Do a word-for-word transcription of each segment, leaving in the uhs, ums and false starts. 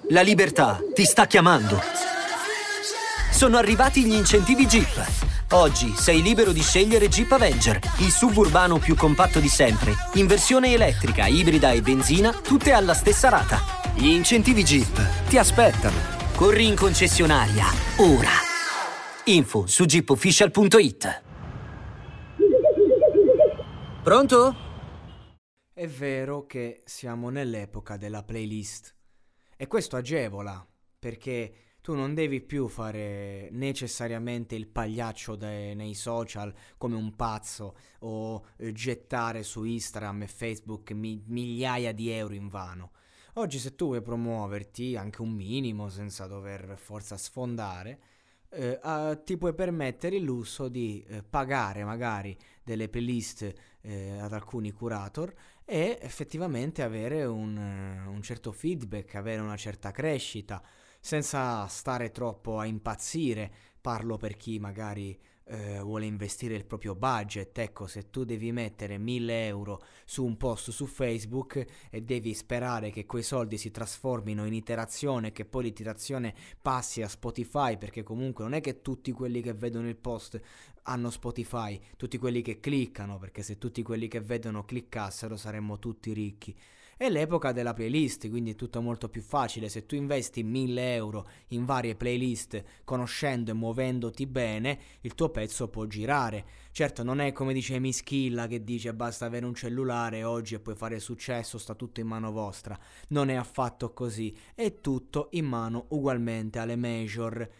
La libertà ti sta chiamando. Sono arrivati gli incentivi Jeep. Oggi sei libero di scegliere Jeep Avenger, il suburbano più compatto di sempre, in versione elettrica, ibrida e benzina, tutte alla stessa rata. Gli incentivi Jeep ti aspettano. Corri in concessionaria, ora. Info su jeep official punto it. Pronto? È vero che siamo nell'epoca della playlist e questo agevola, perché tu non devi più fare necessariamente il pagliaccio de- nei social come un pazzo o eh, gettare su Instagram e Facebook mi- migliaia di euro in vano. Oggi se tu vuoi promuoverti anche un minimo senza dover forza sfondare, eh, ah, ti puoi permettere il lusso di eh, pagare magari delle playlist eh, ad alcuni curator e effettivamente avere un, eh, un certo feedback, avere una certa crescita senza stare troppo a impazzire. Parlo per chi magari eh, vuole investire il proprio budget. Ecco, se tu devi mettere mille euro su un post su Facebook e devi sperare che quei soldi si trasformino in iterazione, che poi l'iterazione passi a Spotify, perché comunque non è che tutti quelli che vedono il post hanno Spotify, tutti quelli che cliccano, perché se tutti quelli che vedono cliccassero saremmo tutti ricchi. È l'epoca della playlist, quindi è tutto molto più facile. Se tu investi mille euro in varie playlist, conoscendo e muovendoti bene, il tuo pezzo può girare. Certo, non è come dice Mischilla che dice basta avere un cellulare oggi e puoi fare successo, sta tutto in mano vostra. Non è affatto così, è tutto in mano ugualmente alle major,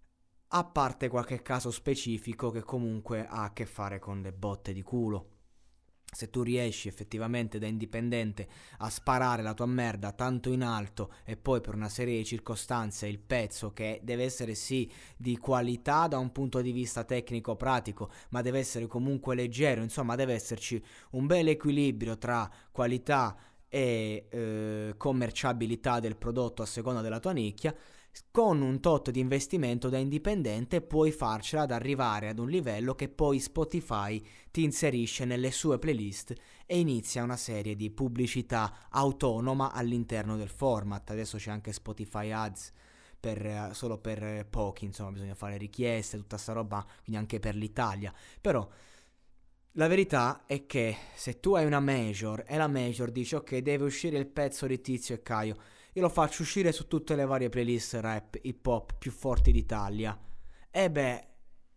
a parte qualche caso specifico che comunque ha a che fare con le botte di culo. Se tu riesci effettivamente da indipendente a sparare la tua merda tanto in alto e poi per una serie di circostanze il pezzo, che deve essere sì di qualità da un punto di vista tecnico pratico, ma deve essere comunque leggero, insomma deve esserci un bel equilibrio tra qualità e eh, commerciabilità del prodotto a seconda della tua nicchia, con un tot di investimento da indipendente puoi farcela ad arrivare ad un livello che poi Spotify ti inserisce nelle sue playlist e inizia una serie di pubblicità autonoma all'interno del format. Adesso c'è anche Spotify Ads per, solo per pochi, insomma bisogna fare richieste, tutta sta roba, quindi anche per l'Italia. Però la verità è che se tu hai una major e la major dice ok, deve uscire il pezzo di Tizio e Caio, io lo faccio uscire su tutte le varie playlist rap, hip hop più forti d'Italia, e beh,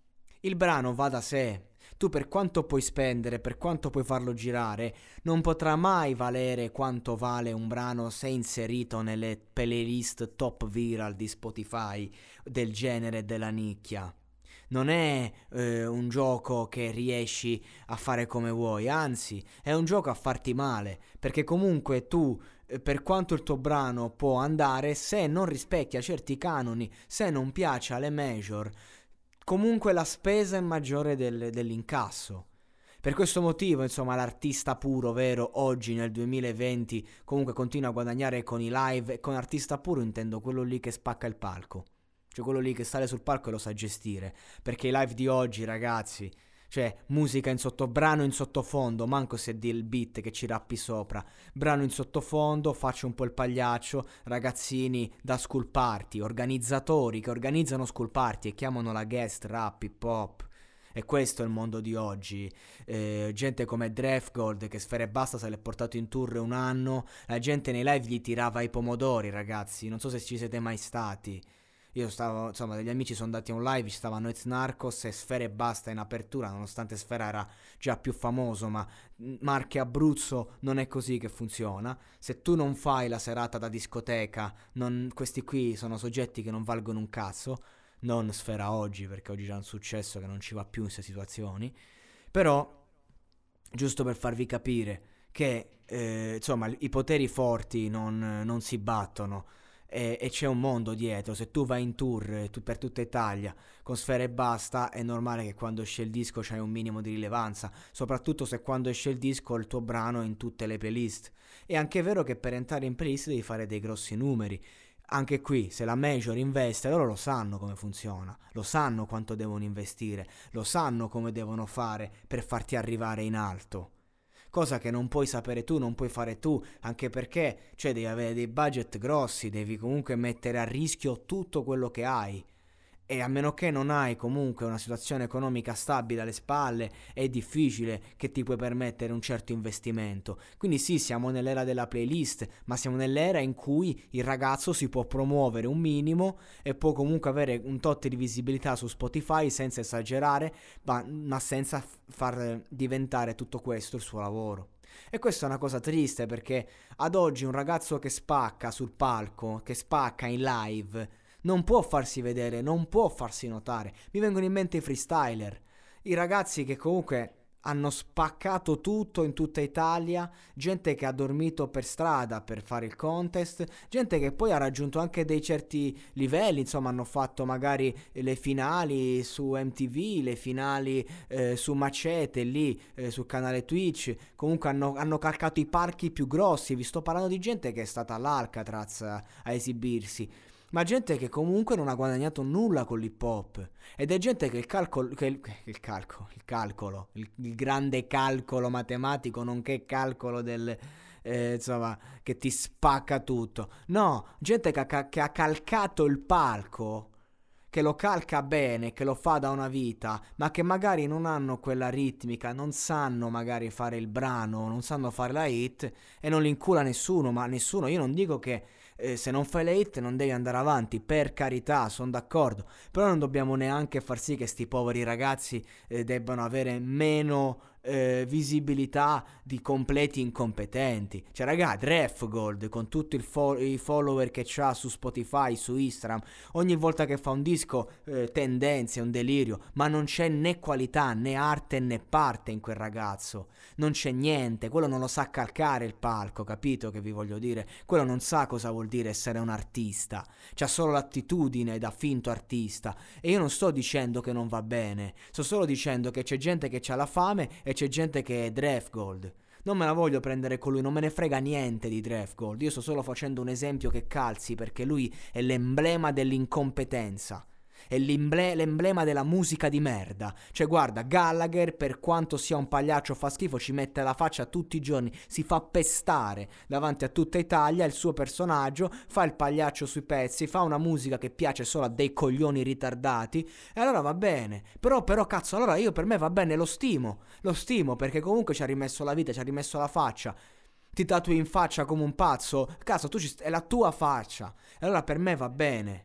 il brano va da sé. Tu per quanto puoi spendere, per quanto puoi farlo girare, non potrà mai valere quanto vale un brano se inserito nelle playlist top viral di Spotify del genere e della nicchia. Non è eh, un gioco che riesci a fare come vuoi, anzi è un gioco a farti male, perché comunque tu, eh, per quanto il tuo brano può andare, se non rispecchia certi canoni, se non piace alle major, comunque la spesa è maggiore del, dell'incasso. Per questo motivo, insomma, l'artista puro, vero, oggi nel duemilaventi comunque continua a guadagnare con i live, e con artista puro intendo quello lì che spacca il palco. Cioè quello lì che sale sul palco e lo sa gestire. Perché i live di oggi, ragazzi, cioè musica in sottobrano, in sottofondo, manco se di il beat che ci rappi sopra, brano in sottofondo, faccio un po' il pagliaccio, ragazzini da school party, organizzatori che organizzano school party e chiamano la guest rap, hip hop. E questo è il mondo di oggi. Eh, gente come Draftgold che Sfera Ebbasta se l'è portato in tour un anno, la gente nei live gli tirava i pomodori, ragazzi, non so se ci siete mai stati. Io stavo, insomma, degli amici sono andati a un live, ci stavano Noiz Narcos e Sfera Ebbasta in apertura, nonostante Sfera era già più famoso, ma Marche Abruzzo non è così che funziona. Se tu non fai la serata da discoteca, non, questi qui sono soggetti che non valgono un cazzo, non Sfera oggi, perché oggi c'è un successo che non ci va più in queste situazioni. Però, giusto per farvi capire che, eh, insomma, i poteri forti non, non si battono. E, e c'è un mondo dietro. Se tu vai in tour tu, per tutta Italia con Sfera Ebbasta, è normale che quando esce il disco c'hai un minimo di rilevanza, soprattutto se quando esce il disco il tuo brano è in tutte le playlist. È anche vero che per entrare in playlist devi fare dei grossi numeri. Anche qui, se la major investe, loro lo sanno come funziona, lo sanno quanto devono investire, lo sanno come devono fare per farti arrivare in alto. cosa che non puoi sapere tu, non puoi fare tu, anche perché, cioè, devi avere dei budget grossi, devi comunque mettere a rischio tutto quello che hai. E a meno che non hai comunque una situazione economica stabile alle spalle, è difficile che ti puoi permettere un certo investimento. Quindi sì, siamo nell'era della playlist, ma siamo nell'era in cui il ragazzo si può promuovere un minimo e può comunque avere un tot di visibilità su Spotify senza esagerare, ma, ma senza f- far diventare tutto questo il suo lavoro. E questa è una cosa triste, perché ad oggi un ragazzo che spacca sul palco, che spacca in live, non può farsi vedere, non può farsi notare. Mi vengono in mente i freestyler, i ragazzi che comunque hanno spaccato tutto in tutta Italia, gente che ha dormito per strada per fare il contest, gente che poi ha raggiunto anche dei certi livelli, insomma hanno fatto magari le finali su M T V, le finali eh, su Macete lì eh, sul canale Twitch, comunque hanno, hanno calcato i palchi più grossi. Vi sto parlando di gente che è stata all'Alcatraz a, a esibirsi, ma gente che comunque non ha guadagnato nulla con l'hip hop, ed è gente che il calcolo, che il, che il calcolo, il calcolo, il, il grande calcolo matematico, nonché calcolo del, eh, insomma, che ti spacca tutto. No, gente che ha, che ha calcato il palco, che lo calca bene, che lo fa da una vita, ma che magari non hanno quella ritmica, non sanno magari fare il brano, non sanno fare la hit, e non li incula nessuno, ma nessuno, io non dico che Eh, se non fai le hit non devi andare avanti, per carità, sono d'accordo, però non dobbiamo neanche far sì che sti poveri ragazzi eh, debbano avere meno eh, visibilità di completi incompetenti. Cioè raga, Drefgold con tutti fo- i follower che c'ha su Spotify, su Instagram, ogni volta che fa un disco eh, tendenze, un delirio, ma non c'è né qualità né arte né parte in quel ragazzo, non c'è niente, quello non lo sa calcare il palco, capito che vi voglio dire? Quello non sa cosa vuol dire essere un artista, c'ha solo l'attitudine da finto artista. E io non sto dicendo che non va bene, sto solo dicendo che c'è gente che c'ha la fame e c'è gente che è Drefgold. Non me la voglio prendere con lui, non me ne frega niente di Drefgold, io sto solo facendo un esempio che calzi, perché lui è l'emblema dell'incompetenza, è l'emble- l'emblema della musica di merda. Cioè guarda, Gallagher, per quanto sia un pagliaccio fa schifo, ci mette la faccia tutti i giorni, si fa pestare davanti a tutta Italia, il suo personaggio, fa il pagliaccio sui pezzi, fa una musica che piace solo a dei coglioni ritardati, e allora va bene. Però però cazzo, allora io, per me va bene, lo stimo, lo stimo perché comunque ci ha rimesso la vita, ci ha rimesso la faccia. Ti tatui in faccia come un pazzo, cazzo, tu ci st- è la tua faccia, e allora per me va bene.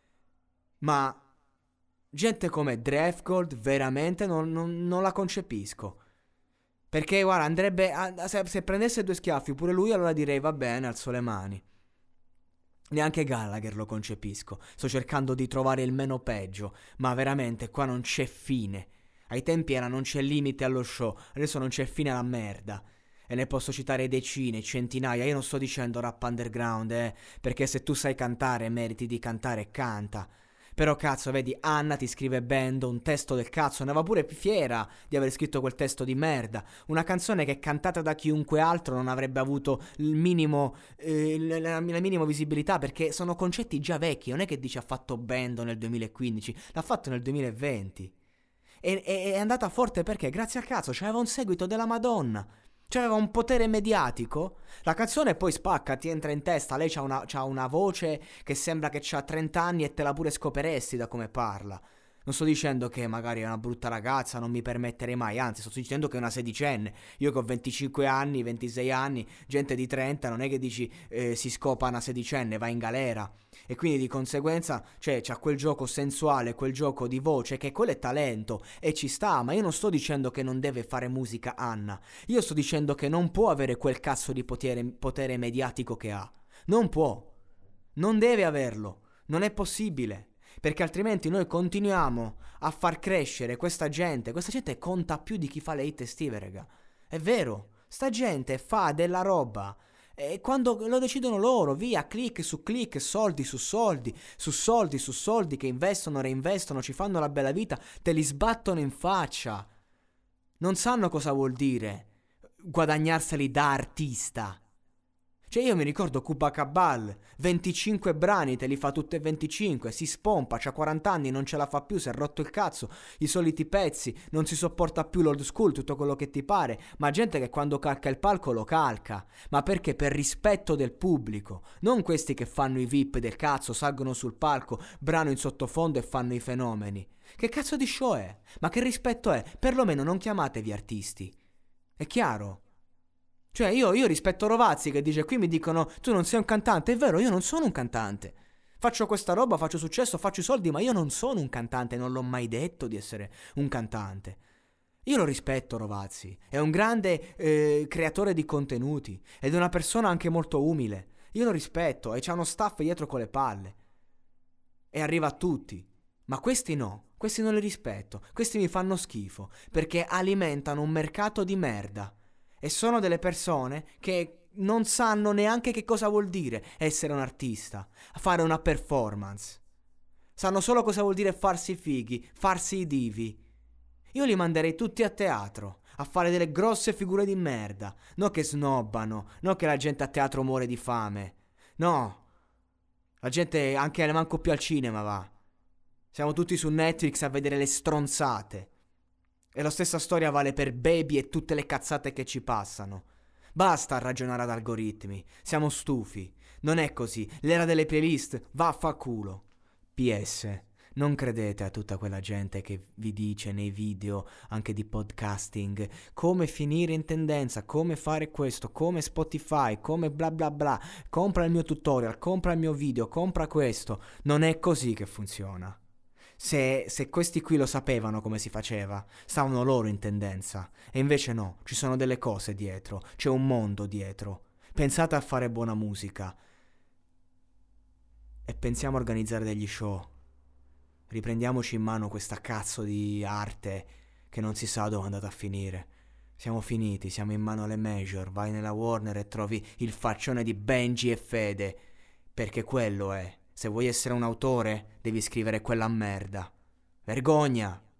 Ma gente come Drefgold veramente non, non, non la concepisco. Perché guarda, andrebbe a, se, se prendesse due schiaffi pure lui, allora direi va bene, alzo le mani. Neanche Gallagher lo concepisco. Sto cercando di trovare il meno peggio, ma veramente qua non c'è fine. Ai tempi era non c'è limite allo show, adesso non c'è fine alla merda. E ne posso citare decine, centinaia. Io non sto dicendo rap underground, eh, perché se tu sai cantare meriti di cantare, canta. Però cazzo, vedi, Anna ti scrive Bendo, un testo del cazzo, ne va pure fiera di aver scritto quel testo di merda. Una canzone che cantata da chiunque altro non avrebbe avuto il minimo, eh, la, la minima visibilità, perché sono concetti già vecchi. Non è che dice ha fatto Bendo nel duemilaquindici, l'ha fatto nel duemilaventi. E, e, è andata forte perché, grazie al cazzo, c'aveva un seguito della Madonna. C'aveva un potere mediatico. La canzone poi spacca, ti entra in testa. Lei c'ha una, c'ha una voce che sembra che c'ha trenta anni e te la pure scoperesti da come parla. Non sto dicendo che magari è una brutta ragazza, non mi permetterei mai, anzi sto dicendo che è una sedicenne. Io che ho venticinque anni, ventisei anni, gente di trenta, non è che dici eh, si scopa una sedicenne, va in galera. E quindi di conseguenza, cioè, c'ha quel gioco sensuale, quel gioco di voce, che quello è talento e ci sta, ma io non sto dicendo che non deve fare musica Anna. Io sto dicendo che non può avere quel cazzo di potere, potere mediatico che ha. Non può. Non deve averlo. Non è possibile. Perché altrimenti noi continuiamo a far crescere questa gente. Questa gente conta più di chi fa le hit estive, raga. È vero. Sta gente fa della roba e quando lo decidono loro, via, click su click, soldi su soldi, su soldi su soldi, che investono, reinvestono, ci fanno la bella vita, te li sbattono in faccia. Non sanno cosa vuol dire guadagnarseli da artista. Cioè io mi ricordo Cubacabal, venticinque brani, te li fa tutte e venticinque, si spompa, c'ha quaranta anni, non ce la fa più, si è rotto il cazzo, i soliti pezzi, non si sopporta più l'old school, tutto quello che ti pare, ma gente che quando calca il palco lo calca, ma perché? Per rispetto del pubblico, non questi che fanno i V I P del cazzo, salgono sul palco, brano in sottofondo e fanno i fenomeni. Che cazzo di show è? Ma che rispetto è? Perlomeno non chiamatevi artisti, è chiaro? Cioè io, io rispetto Rovazzi che dice qui mi dicono tu non sei un cantante, è vero, io non sono un cantante, faccio questa roba, faccio successo, faccio i soldi, ma io non sono un cantante, non l'ho mai detto di essere un cantante. Io lo rispetto Rovazzi, è un grande eh, creatore di contenuti ed è una persona anche molto umile, io lo rispetto e c'ha uno staff dietro con le palle e arriva a tutti, ma questi no, questi non li rispetto, questi mi fanno schifo perché alimentano un mercato di merda. E sono delle persone che non sanno neanche che cosa vuol dire essere un artista, fare una performance. Sanno solo cosa vuol dire farsi fighi, farsi i divi. Io li manderei tutti a teatro, a fare delle grosse figure di merda. No che snobbano, no che la gente a teatro muore di fame. No, la gente anche manco più al cinema va. Siamo tutti su Netflix a vedere le stronzate. E la stessa storia vale per Baby e tutte le cazzate che ci passano. Basta ragionare ad algoritmi, siamo stufi. Non è così, l'era delle playlist va a fa culo. P S. Non credete a tutta quella gente che vi dice nei video, anche di podcasting, come finire in tendenza, come fare questo, come Spotify, come bla bla bla. Compra il mio tutorial, compra il mio video, compra questo. Non è così che funziona. Se, se questi qui lo sapevano come si faceva, stavano loro in tendenza. E invece no, ci sono delle cose dietro, c'è un mondo dietro. Pensate a fare buona musica. E pensiamo a organizzare degli show. Riprendiamoci in mano questa cazzo di arte che non si sa dove è andata a finire. Siamo finiti, siamo in mano alle major. Vai nella Warner e trovi il faccione di Benji e Fede. Perché quello è. Se vuoi essere un autore, devi scrivere quella merda. Vergogna!